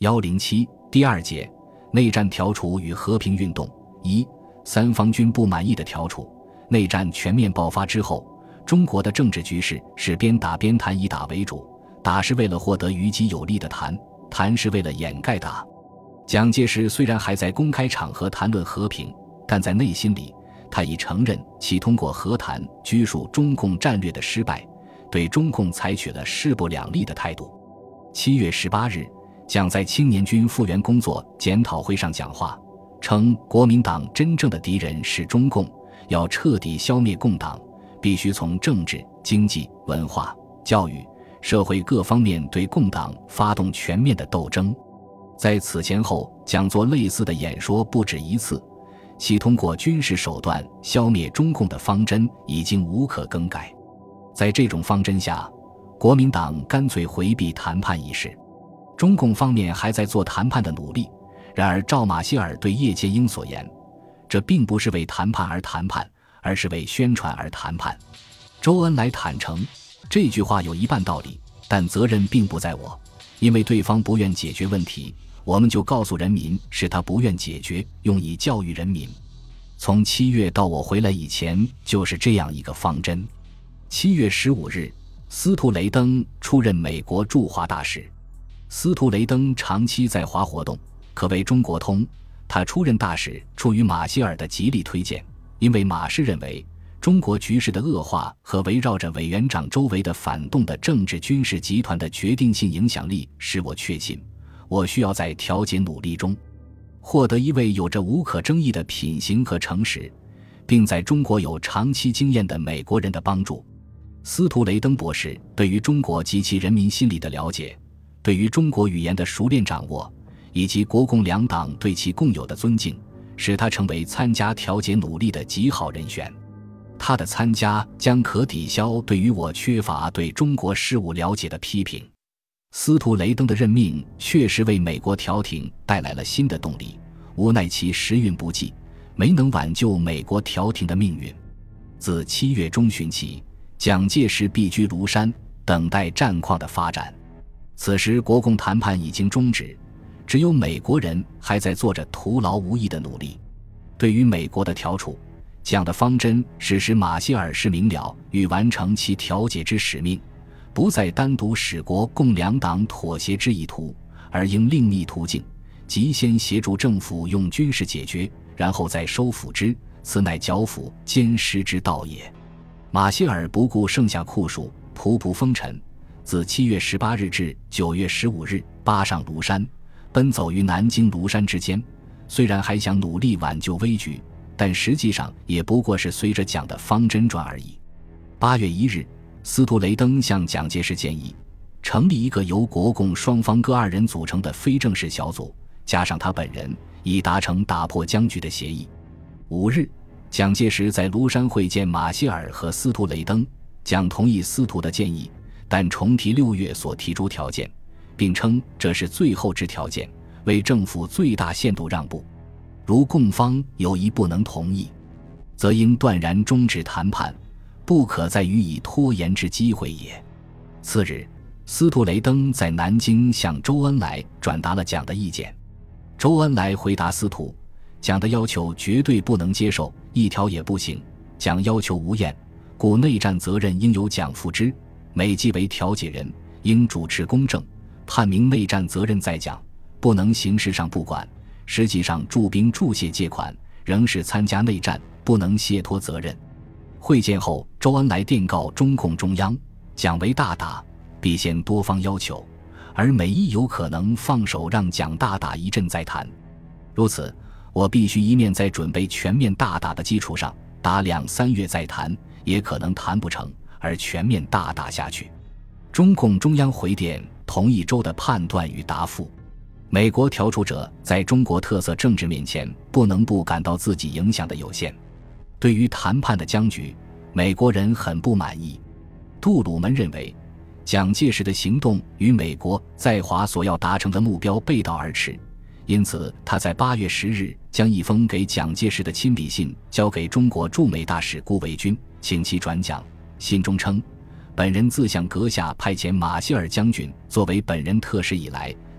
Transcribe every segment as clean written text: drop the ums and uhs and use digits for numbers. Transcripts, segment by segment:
107第二节内战调处与和平运动。三方均不满意的调处。内战全面爆发之后，中国的政治局势是边打边谈，以打为主，打是为了获得于己有利的谈，谈是为了掩盖打。蒋介石虽然还在公开场合谈论和平，但在内心里他已承认其通过和谈拘束中共战略的失败，对中共采取了势不两立的态度。7月18日，蒋在青年军复员工作检讨会上讲话，称国民党真正的敌人是中共，要彻底消灭共党，必须从政治、经济、文化、教育、社会各方面对共党发动全面的斗争。在此前后，蒋作类似的演说不止一次，其通过军事手段消灭中共的方针已经无可更改。在这种方针下，国民党干脆回避谈判一事。中共方面还在做谈判的努力，然而照马歇尔对叶剑英所言，这并不是为谈判而谈判，而是为宣传而谈判。周恩来坦诚，这句话有一半道理，但责任并不在我，因为对方不愿解决问题，我们就告诉人民是他不愿解决，用以教育人民。从7月到我回来以前就是这样一个方针。7月15日，司徒雷登出任美国驻华大使。司徒雷登长期在华活动，可谓中国通。他出任大使出于马歇尔的极力推荐，因为马氏认为中国局势的恶化和围绕着委员长周围的反动的政治军事集团的决定性影响力使我确信，我需要在调解努力中获得一位有着无可争议的品行和诚实，并在中国有长期经验的美国人的帮助。司徒雷登博士对于中国及其人民心理的了解，对于中国语言的熟练掌握，以及国共两党对其共有的尊敬，使他成为参加调解努力的极好人选。他的参加将可抵消对于我缺乏对中国事务了解的批评。司徒雷登的任命确实为美国调停带来了新的动力，无奈其时运不济，没能挽救美国调停的命运。自7月中旬起，蒋介石避居庐山，等待战况的发展。此时国共谈判已经终止，只有美国人还在做着徒劳无益的努力。对于美国的调处，蒋的方针是使马歇尔是明了欲完成其调解之使命，不再单独使国共两党妥协之意图，而应另觅途径，即先协助政府用军事解决，然后再收抚之，此乃剿抚兼施之道也。马歇尔不顾盛夏酷暑，仆仆风尘，自7月18日至9月15日扒上庐山，奔走于南京庐山之间，虽然还想努力挽救危局，但实际上也不过是随着蒋的方针转而已。8月1日，司徒雷登向蒋介石建议成立一个由国共双方各2人组成的非正式小组，加上他本人，以达成打破僵局的协议。5日，蒋介石在庐山会见马歇尔和司徒雷登，蒋同意司徒的建议，但重提6月所提出条件，并称这是最后之条件，为政府最大限度让步，如共方有一不能同意，则应断然终止谈判，不可再予以拖延之机会也。次日，司徒雷登在南京向周恩来转达了蒋的意见。周恩来回答司徒，蒋的要求绝对不能接受，一条也不行，蒋要求无厌，故内战责任应由蒋负之，美既为调解人，应主持公正，判明内战责任在蒋，不能形式上不管，实际上驻兵注械借款，仍是参加内战，不能卸脱责任。会见后，周恩来电告中共中央，蒋为大打，必先多方要求，而美亦有可能放手让蒋大打一阵再谈。如此，我必须一面在准备全面大打的基础上，打2-3月再谈，也可能谈不成，而全面大打下去。中共中央回电同意周的判断与答复。美国调处者在中国特色政治面前不能不感到自己影响的有限。对于谈判的僵局，美国人很不满意。杜鲁门认为，蒋介石的行动与美国在华所要达成的目标背道而驰，因此他在8月10日将一封给蒋介石的亲笔信交给中国驻美大使顾维钧，请其转讲。信中称，本人自向阁下派遣马歇尔将军作为本人特使以来，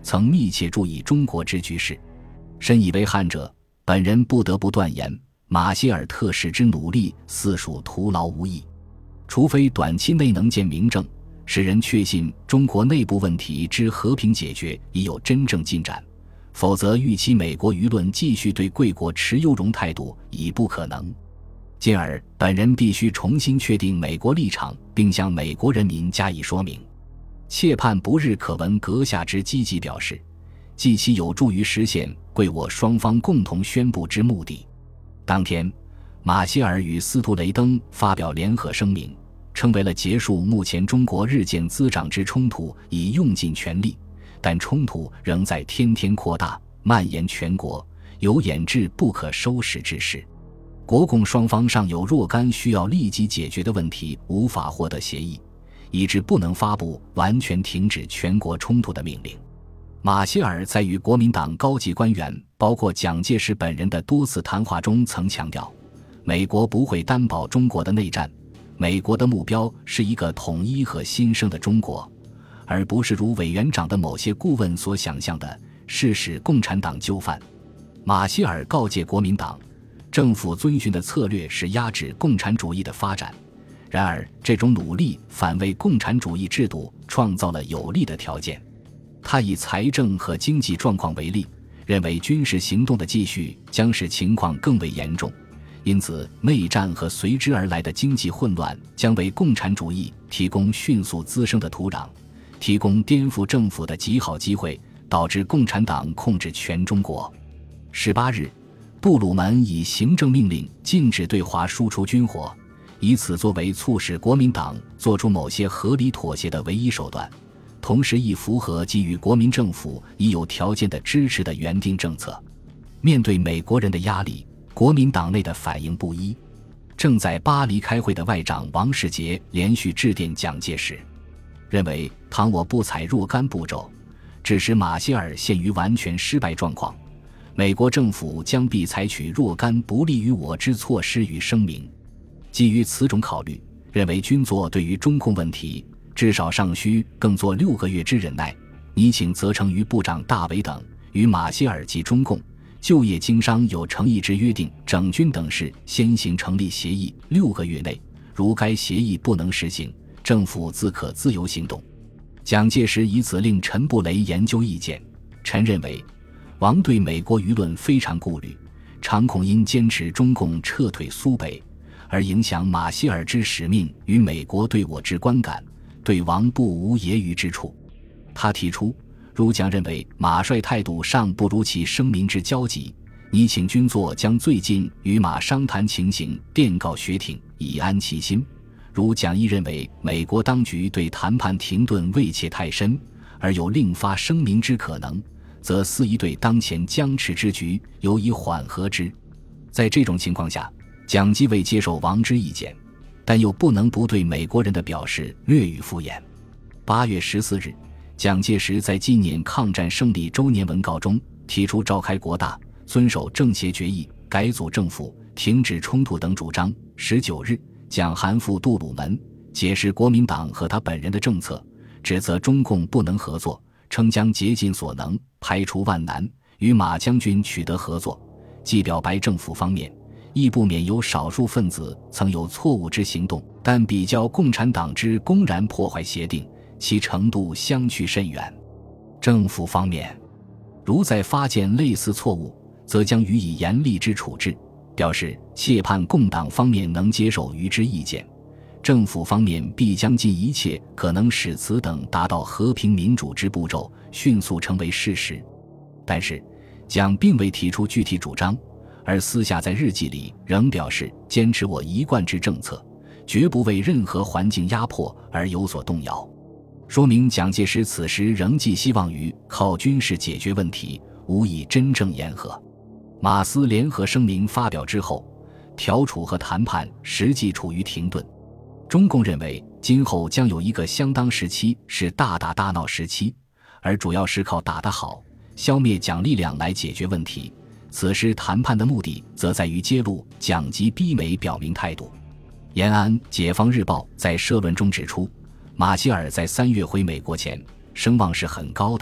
曾密切注意中国之局势。深以为憾者，本人不得不断言，马歇尔特使之努力似属徒劳无益。除非短期内能见明证，使人确信中国内部问题之和平解决已有真正进展，否则预期美国舆论继续对贵国持优容态度已不可能。进而本人必须重新确定美国立场，并向美国人民加以说明，切盼不日可闻阁下之积极表示，即其有助于实现贵我双方共同宣布之目的。当天，马歇尔与斯图雷登发表联合声明，称为了结束目前中国日渐滋长之冲突已用尽全力，但冲突仍在天天扩大，蔓延全国，有演至不可收拾之势。国共双方尚有若干需要立即解决的问题无法获得协议，以致不能发布完全停止全国冲突的命令。马歇尔在与国民党高级官员包括蒋介石本人的多次谈话中曾强调，美国不会担保中国的内战，美国的目标是一个统一和新生的中国，而不是如委员长的某些顾问所想象的是使共产党就范。马歇尔告诫国民党，政府遵循的策略是压制共产主义的发展，然而这种努力反为共产主义制度创造了有利的条件。他以财政和经济状况为例，认为军事行动的继续将使情况更为严重，因此内战和随之而来的经济混乱将为共产主义提供迅速滋生的土壤，提供颠覆政府的极好机会，导致共产党控制全中国。18日，杜鲁门以行政命令禁止对华输出军火，以此作为促使国民党做出某些合理妥协的唯一手段，同时亦符合给予国民政府已有条件的支持的原定政策。面对美国人的压力，国民党内的反应不一。正在巴黎开会的外长王世杰连续致电蒋介石，认为倘我不采若干步骤，致使马歇尔陷于完全失败状况，美国政府将必采取若干不利于我之措施与声明。基于此种考虑，认为军作对于中共问题至少尚需更做6个月之忍耐。拟请责成于部长大为等与马歇尔及中共就业经商有诚意之约定整军等事先行成立协议，6个月内如该协议不能实行，政府自可自由行动。蒋介石以此令陈布雷研究意见，陈认为王对美国舆论非常顾虑，常恐因坚持中共撤退苏北而影响马歇尔之使命与美国对我之观感，对王不无揶揄之处。他提出，如蒋认为马帅态度尚不如其声明之焦急，拟请军座将最近与马商谈情形电告学挺，以安其心。如蒋亦认为美国当局对谈判停顿未切太深，而有另发声明之可能，则肆意对当前僵持之局有以缓和之。在这种情况下，蒋既未接受王之意见，但又不能不对美国人的表示略予敷衍。8月14日，蒋介石在纪念抗战胜利周年文告中提出召开国大、遵守政协决议、改组政府、停止冲突等主张。19日，蒋函复杜鲁门，解释国民党和他本人的政策，指责中共不能合作，称将竭尽所能排除万难与马将军取得合作。既表白政府方面亦不免有少数分子曾有错误之行动，但比较共产党之公然破坏协定，其程度相去甚远。政府方面如再发现类似错误，则将予以严厉之处置，表示切盼共党方面能接受于之意见，政府方面必将尽一切可能使此等达到和平民主之步骤迅速成为事实。但是蒋并未提出具体主张，而私下在日记里仍表示坚持我一贯之政策，绝不为任何环境压迫而有所动摇，说明蒋介石此时仍寄希望于靠军事解决问题，无以真正言和。马斯联合声明发表之后，调处和谈判实际处于停顿。中共认为今后将有一个相当时期是大打大闹时期，而主要是靠打得好，消灭蒋力量来解决问题。此时谈判的目的则在于揭露蒋及逼美表明态度。延安《解放日报》在社论中指出，马歇尔在3月回美国前声望是很高的，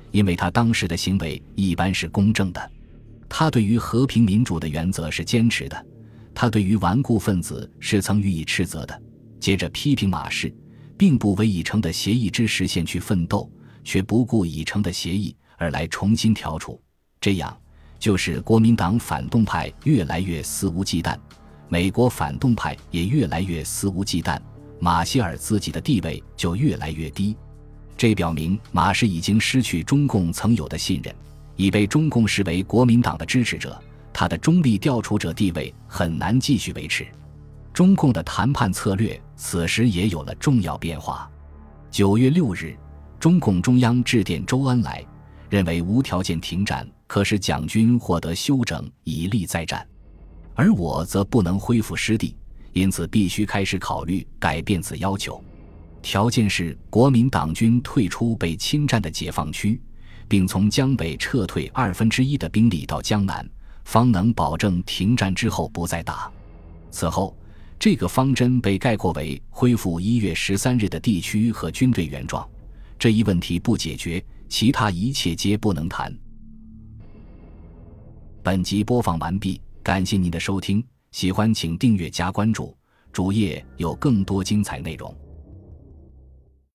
因为他当时的行为一般是公正的。他对于和平民主的原则是坚持的，他对于顽固分子是曾予以斥责的。接着批评马氏并不为已成的协议之实现去奋斗，却不顾已成的协议而来重新调处，这样就使国民党反动派越来越肆无忌惮，美国反动派也越来越肆无忌惮，马歇尔自己的地位就越来越低。这表明马氏已经失去中共曾有的信任，已被中共视为国民党的支持者，他的中立调处者地位很难继续维持。中共的谈判策略此时也有了重要变化。9月6日，中共中央致电周恩来，认为无条件停战可使蒋军获得休整以利再战，而我则不能恢复失地，因此必须开始考虑改变此要求。条件是国民党军退出被侵占的解放区，并从江北撤退1/2的兵力到江南，方能保证停战之后不再打。此后这个方针被概括为恢复1月13日的地区和军队原状，这一问题不解决，其他一切皆不能谈。本集播放完毕，感谢您的收听，喜欢请订阅加关注，主页有更多精彩内容。